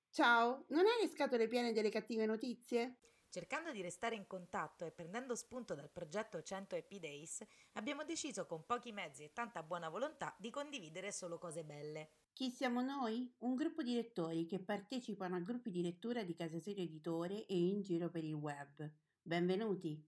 Ciao, non hai le scatole piene delle cattive notizie? Cercando di restare in contatto e prendendo spunto dal progetto 100 Happy Days, abbiamo deciso con pochi mezzi e tanta buona volontà di condividere solo cose belle. Chi siamo noi? Un gruppo di lettori che partecipano a gruppi di lettura di Casa Serio Editore e in giro per il web. Benvenuti!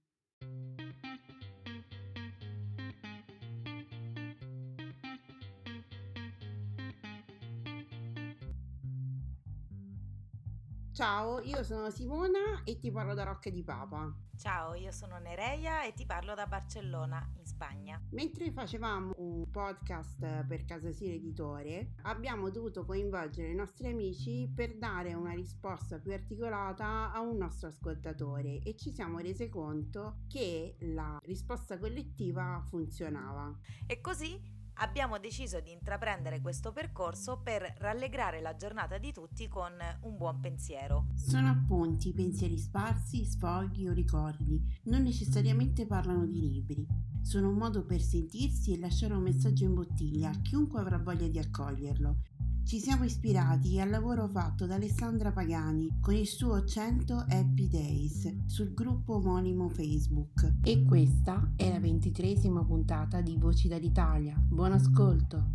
Ciao, io sono Simona e ti parlo da Rocca di Papa. Ciao, io sono Nereia e ti parlo da Barcellona, in Spagna. Mentre facevamo un podcast per Casa Serio Editore, abbiamo dovuto coinvolgere i nostri amici per dare una risposta più articolata a un nostro ascoltatore e ci siamo resi conto che la risposta collettiva funzionava. E così abbiamo deciso di intraprendere questo percorso per rallegrare la giornata di tutti con un buon pensiero. Sono appunti, pensieri sparsi, sfoghi o ricordi, non necessariamente parlano di libri. Sono un modo per sentirsi e lasciare un messaggio in bottiglia a chiunque avrà voglia di accoglierlo. Ci siamo ispirati al lavoro fatto da Alessandra Pagani con il suo 100 Happy Days sul gruppo omonimo Facebook. E questa è la 23esima puntata di Voci dall'Italia. Buon ascolto!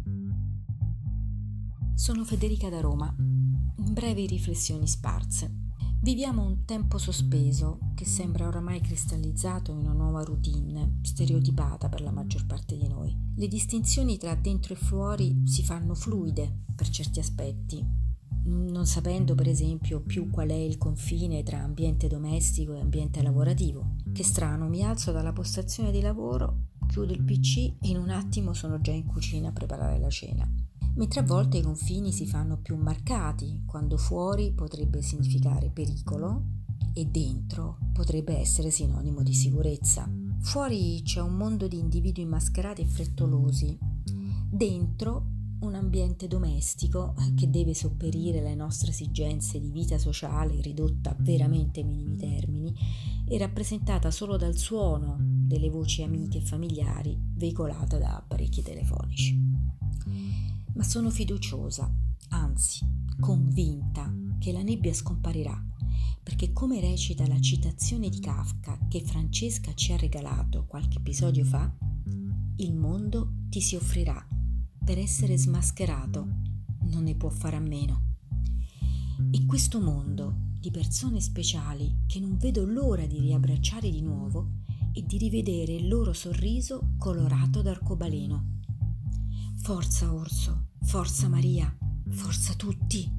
Sono Federica da Roma. Brevi riflessioni sparse. Viviamo un tempo sospeso che sembra oramai cristallizzato in una nuova routine, stereotipata per la maggior parte di noi. Le distinzioni tra dentro e fuori si fanno fluide per certi aspetti, non sapendo per esempio più qual è il confine tra ambiente domestico e ambiente lavorativo. Che strano, mi alzo dalla postazione di lavoro, chiudo il PC e in un attimo sono già in cucina a preparare la cena. Mentre a volte i confini si fanno più marcati, quando fuori potrebbe significare pericolo e dentro potrebbe essere sinonimo di sicurezza. Fuori c'è un mondo di individui mascherati e frettolosi, dentro un ambiente domestico che deve sopperire le nostre esigenze di vita sociale ridotta veramente ai minimi termini e rappresentata solo dal suono delle voci amiche e familiari veicolate da apparecchi telefonici. Ma sono fiduciosa, anzi convinta che la nebbia scomparirà, perché come recita la citazione di Kafka che Francesca ci ha regalato qualche episodio fa, il mondo ti si offrirà per essere smascherato, non ne può fare a meno. E questo mondo di persone speciali che non vedo l'ora di riabbracciare di nuovo e di rivedere il loro sorriso colorato d'arcobaleno. Forza Orso, forza Maria, forza tutti!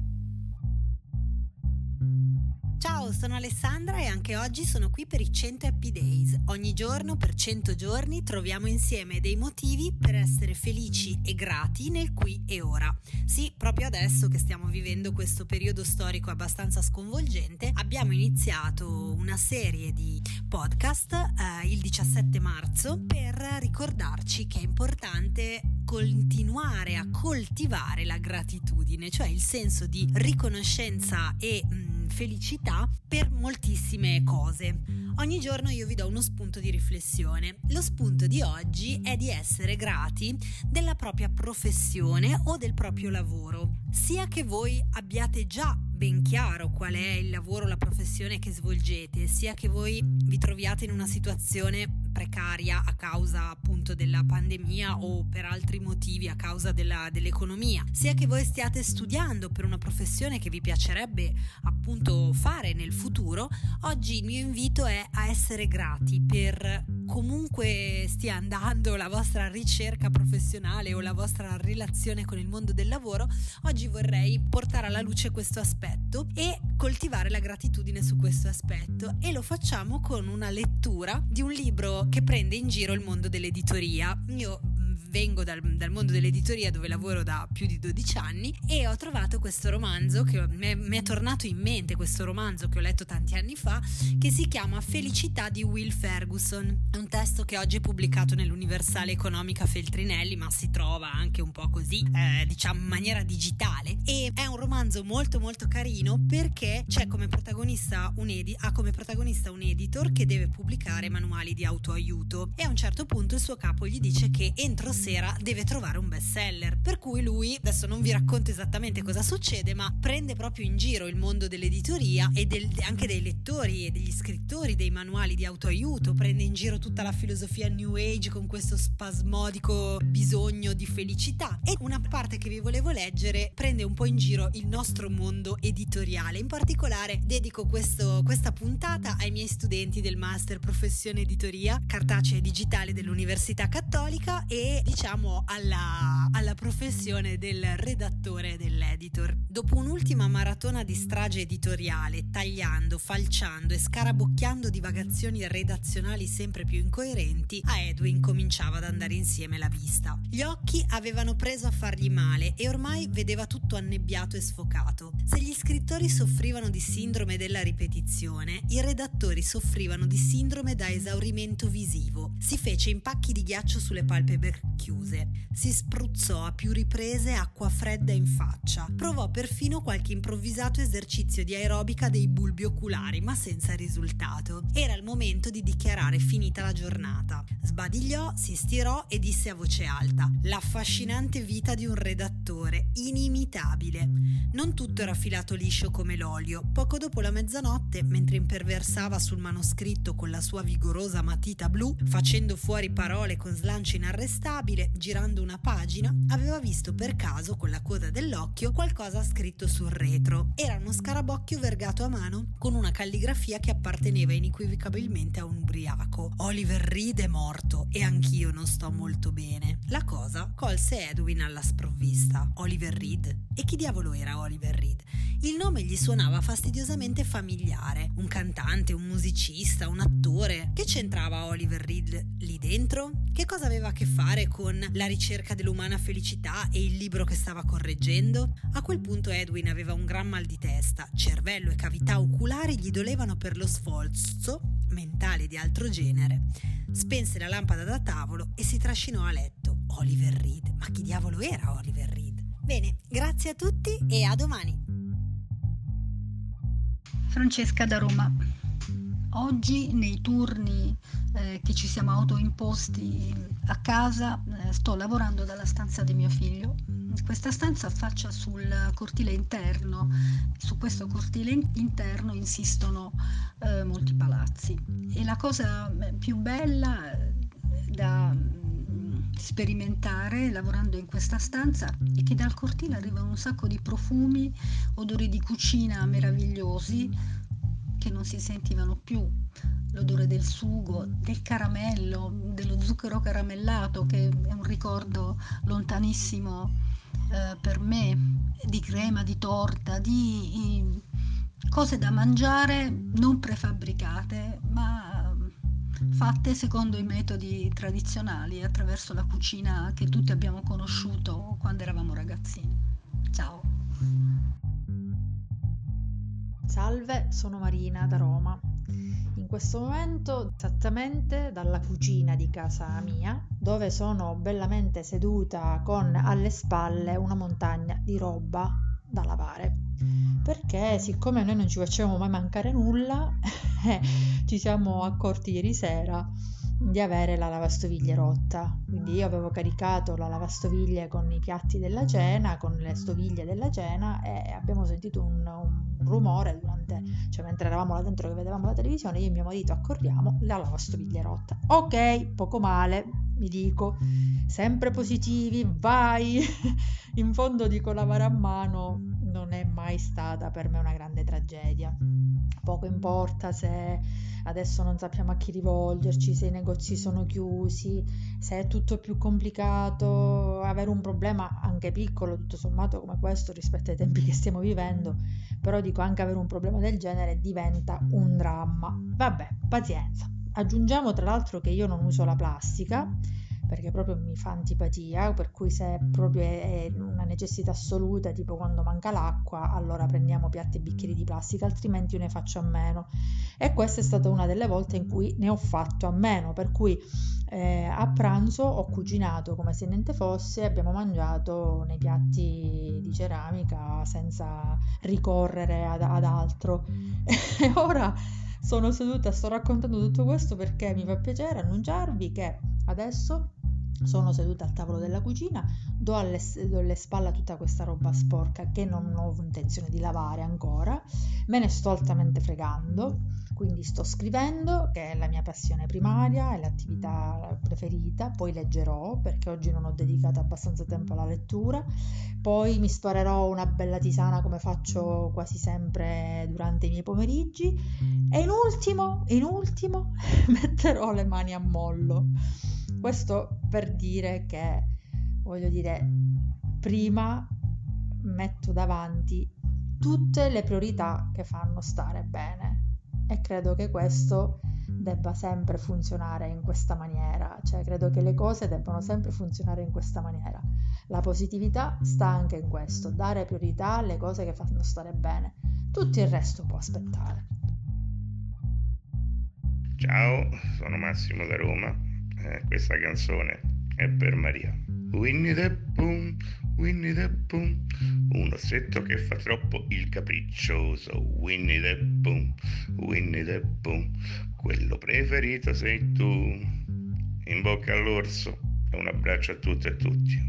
Ciao, sono Alessandra e anche oggi sono qui per i 100 Happy Days. Ogni giorno per 100 giorni troviamo insieme dei motivi per essere felici e grati nel qui e ora. Sì, proprio adesso che stiamo vivendo questo periodo storico abbastanza sconvolgente, abbiamo iniziato una serie di podcast il 17 marzo per ricordarci che è importante continuare a coltivare la gratitudine, cioè il senso di riconoscenza e felicità per moltissime cose. Ogni giorno io vi do uno spunto di riflessione. Lo spunto di oggi è di essere grati della propria professione o del proprio lavoro, sia che voi abbiate già ben chiaro qual è il lavoro, la professione che svolgete, sia che voi vi troviate in una situazione precaria a causa appunto della pandemia o per altri motivi a causa dell'economia, sia che voi stiate studiando per una professione che vi piacerebbe appunto fare nel futuro. Oggi il mio invito è a essere grati per comunque stia andando la vostra ricerca professionale o la vostra relazione con il mondo del lavoro. Oggi vorrei portare alla luce questo aspetto e coltivare la gratitudine su questo aspetto, e lo facciamo con una lettura di un libro che prende in giro il mondo dell'editoria. Io vengo dal mondo dell'editoria dove lavoro da più di 12 anni e ho trovato questo romanzo che mi è tornato in mente, questo romanzo che ho letto tanti anni fa, che si chiama Felicità di Will Ferguson. È un testo che oggi è pubblicato nell'Universale Economica Feltrinelli, ma si trova anche un po' così, diciamo in maniera digitale, e è un romanzo molto molto carino perché c'è come protagonista un editor che deve pubblicare manuali di autoaiuto, e a un certo punto il suo capo gli dice che entro sera deve trovare un bestseller, per cui lui, adesso non vi racconto esattamente cosa succede, ma prende proprio in giro il mondo dell'editoria e anche dei lettori e degli scrittori dei manuali di autoaiuto, prende in giro tutta la filosofia New Age con questo spasmodico bisogno di felicità, e una parte che vi volevo leggere prende un po' in giro il nostro mondo editoriale. In particolare dedico questa puntata ai miei studenti del Master Professione Editoria Cartacea e Digitale dell'Università Cattolica e diciamo alla professione del redattore e dell'editor. Dopo un'ultima maratona di strage editoriale, tagliando, falciando e scarabocchiando divagazioni redazionali sempre più incoerenti, a Edwin cominciava ad andare insieme la vista. Gli occhi avevano preso a fargli male e ormai vedeva tutto annebbiato e sfocato. Se gli scrittori soffrivano di sindrome della ripetizione, i redattori soffrivano di sindrome da esaurimento visivo. Si fece impacchi di ghiaccio sulle palpebre chiuse, si spruzzò a più riprese acqua fredda in faccia, provò perfino qualche improvvisato esercizio di aerobica dei bulbi oculari, ma senza risultato. Era il momento di dichiarare finita la giornata. Sbadigliò, si stirò e disse a voce alta: l'affascinante vita di un redattore, inimitabile. Non tutto era filato liscio come l'olio. Poco dopo la mezzanotte, mentre imperversava sul manoscritto con la sua vigorosa matita blu, facendo fuori parole con slancio inarrestabile, girando una pagina, aveva visto per caso con la coda dell'occhio qualcosa scritto sul retro. Era uno scarabocchio vergato a mano con una calligrafia che apparteneva inequivocabilmente a un ubriaco. Oliver Reed è morto e anch'io non sto molto bene. La cosa colse Edwin alla sprovvista. Oliver Reed? E chi diavolo era Oliver Reed? Il nome gli suonava fastidiosamente familiare. Un cantante, un musicista, un attore. Che c'entrava Oliver Reed lì dentro? Che cosa aveva a che fare con la ricerca dell'umana felicità e il libro che stava correggendo? A quel punto Edwin aveva un gran mal di testa, cervello e cavità oculari gli dolevano per lo sforzo mentale di altro genere. Spense la lampada da tavolo e si trascinò a letto. Oliver Reed? Ma chi diavolo era Oliver Reed? Bene, grazie a tutti e a domani. Francesca da Roma. Oggi nei turni che ci siamo autoimposti a casa sto lavorando dalla stanza di mio figlio. Questa stanza affaccia sul cortile interno. Su questo cortile interno insistono molti palazzi e la cosa più bella da sperimentare lavorando in questa stanza è che dal cortile arrivano un sacco di profumi, odori di cucina meravigliosi che non si sentivano più, l'odore del sugo, del caramello, dello zucchero caramellato che è un ricordo lontanissimo per me, di crema, di torta, di cose da mangiare non prefabbricate ma fatte secondo i metodi tradizionali attraverso la cucina che tutti abbiamo conosciuto quando eravamo ragazzini. Ciao. Salve, sono Marina da Roma. In questo momento esattamente dalla cucina di casa mia, dove sono bellamente seduta con alle spalle una montagna di roba da lavare, perché siccome noi non ci facevamo mai mancare nulla ci siamo accorti ieri sera di avere la lavastoviglie rotta. Quindi io avevo caricato la lavastoviglie con i piatti della cena, con le stoviglie della cena, e abbiamo sentito un rumore mentre eravamo là dentro che vedevamo la televisione. Io e mio marito accorriamo, la lavastoviglie rotta. Ok, poco male, mi dico, sempre positivi, vai. In fondo dico, lavare a mano non è mai stata per me una grande tragedia. Poco importa se adesso non sappiamo a chi rivolgerci, se i negozi sono chiusi, se è tutto più complicato, avere un problema anche piccolo tutto sommato come questo rispetto ai tempi che stiamo vivendo, però dico, anche avere un problema del genere diventa un dramma. Vabbè, pazienza. Aggiungiamo tra l'altro che io non uso la plastica perché proprio mi fa antipatia, per cui se proprio è una necessità assoluta, tipo quando manca l'acqua, allora prendiamo piatti e bicchieri di plastica, altrimenti io ne faccio a meno. E questa è stata una delle volte in cui ne ho fatto a meno, per cui a pranzo ho cucinato come se niente fosse, abbiamo mangiato nei piatti di ceramica senza ricorrere ad altro. E ora sono seduta, sto raccontando tutto questo perché mi fa piacere annunciarvi che adesso Sono seduta al tavolo della cucina, do alle spalle tutta questa roba sporca che non ho intenzione di lavare ancora, me ne sto altamente fregando, quindi sto scrivendo, che è la mia passione primaria, è l'attività preferita, poi leggerò perché oggi non ho dedicato abbastanza tempo alla lettura, poi mi sparerò una bella tisana come faccio quasi sempre durante i miei pomeriggi e in ultimo metterò le mani a mollo. Questo per dire che, voglio dire, prima metto davanti tutte le priorità che fanno stare bene e credo che questo debba sempre funzionare in questa maniera, cioè credo che le cose debbano sempre funzionare in questa maniera. La positività sta anche in questo, dare priorità alle cose che fanno stare bene, tutto il resto può aspettare. Ciao, sono Massimo da Roma. Questa canzone è per Maria. Winnie the Pooh, Winnie the Pooh, uno stretto che fa troppo il capriccioso. Winnie the Pooh, Winnie the Pooh, quello preferito sei tu. In bocca all'orso e un abbraccio a tutte e tutti.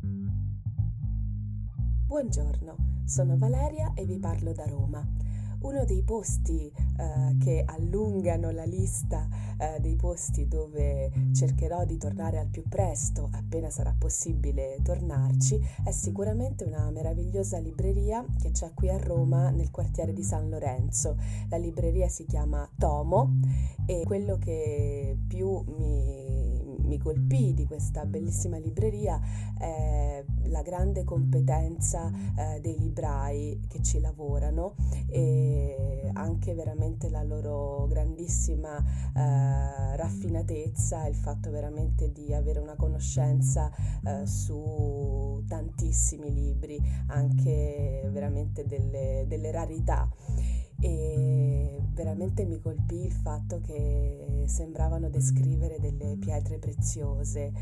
Buongiorno, sono Valeria e vi parlo da Roma. Uno dei posti che allungano la lista dei posti dove cercherò di tornare al più presto, appena sarà possibile tornarci, è sicuramente una meravigliosa libreria che c'è qui a Roma nel quartiere di San Lorenzo. La libreria si chiama Tomo e quello che più mi colpì di questa bellissima libreria è la grande competenza dei librai che ci lavorano e anche veramente la loro grandissima raffinatezza, il fatto veramente di avere una conoscenza su tantissimi libri, anche veramente delle rarità. E veramente mi colpì il fatto che sembravano descrivere delle pietre preziose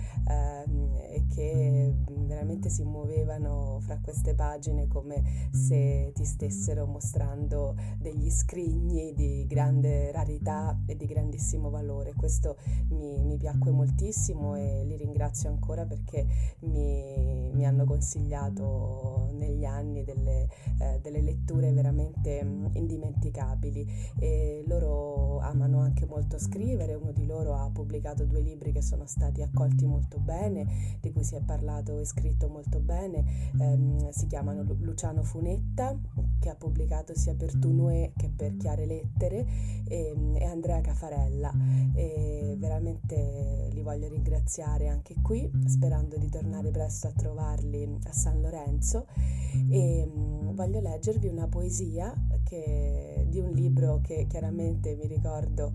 e che veramente si muovevano fra queste pagine come se ti stessero mostrando degli scrigni di grande rarità e di grandissimo valore. Questo mi piacque moltissimo e li ringrazio ancora perché mi hanno consigliato negli anni delle letture veramente indimenticabili e loro amano anche molto scrivere. Uno di loro ha pubblicato 2 libri che sono stati accolti molto bene, di cui si è parlato e scritto molto bene, si chiamano Luciano Funetta, che ha pubblicato sia per Tunue che per Chiare Lettere, e Andrea Cafarella, e veramente li voglio ringraziare anche qui, sperando di tornare presto a trovarli a San Lorenzo. E voglio leggervi una poesia di un libro che chiaramente mi ricordo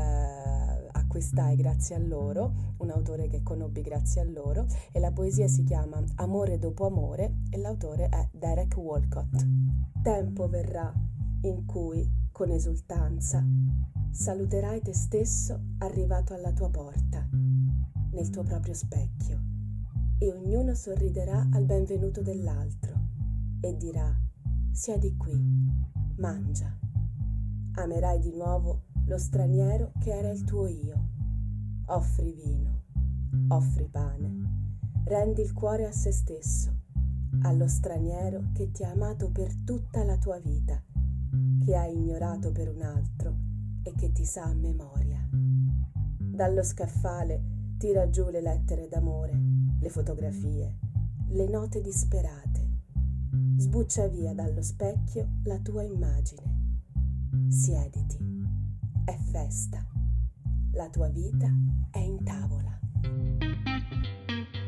acquistai grazie a loro, un autore che conobbi grazie a loro, e la poesia si chiama Amore dopo amore e l'autore è Derek Walcott. Tempo verrà in cui, con esultanza, saluterai te stesso arrivato alla tua porta, nel tuo proprio specchio, e ognuno sorriderà al benvenuto dell'altro e dirà: siedi qui, mangia. Amerai di nuovo lo straniero che era il tuo io. Offri vino, offri pane, rendi il cuore a se stesso, allo straniero che ti ha amato per tutta la tua vita, che hai ignorato per un altro e che ti sa a memoria. Dallo scaffale tira giù le lettere d'amore, le fotografie, le note disperate. Sbuccia via dallo specchio la tua immagine. Siediti, è festa, la tua vita è in tavola.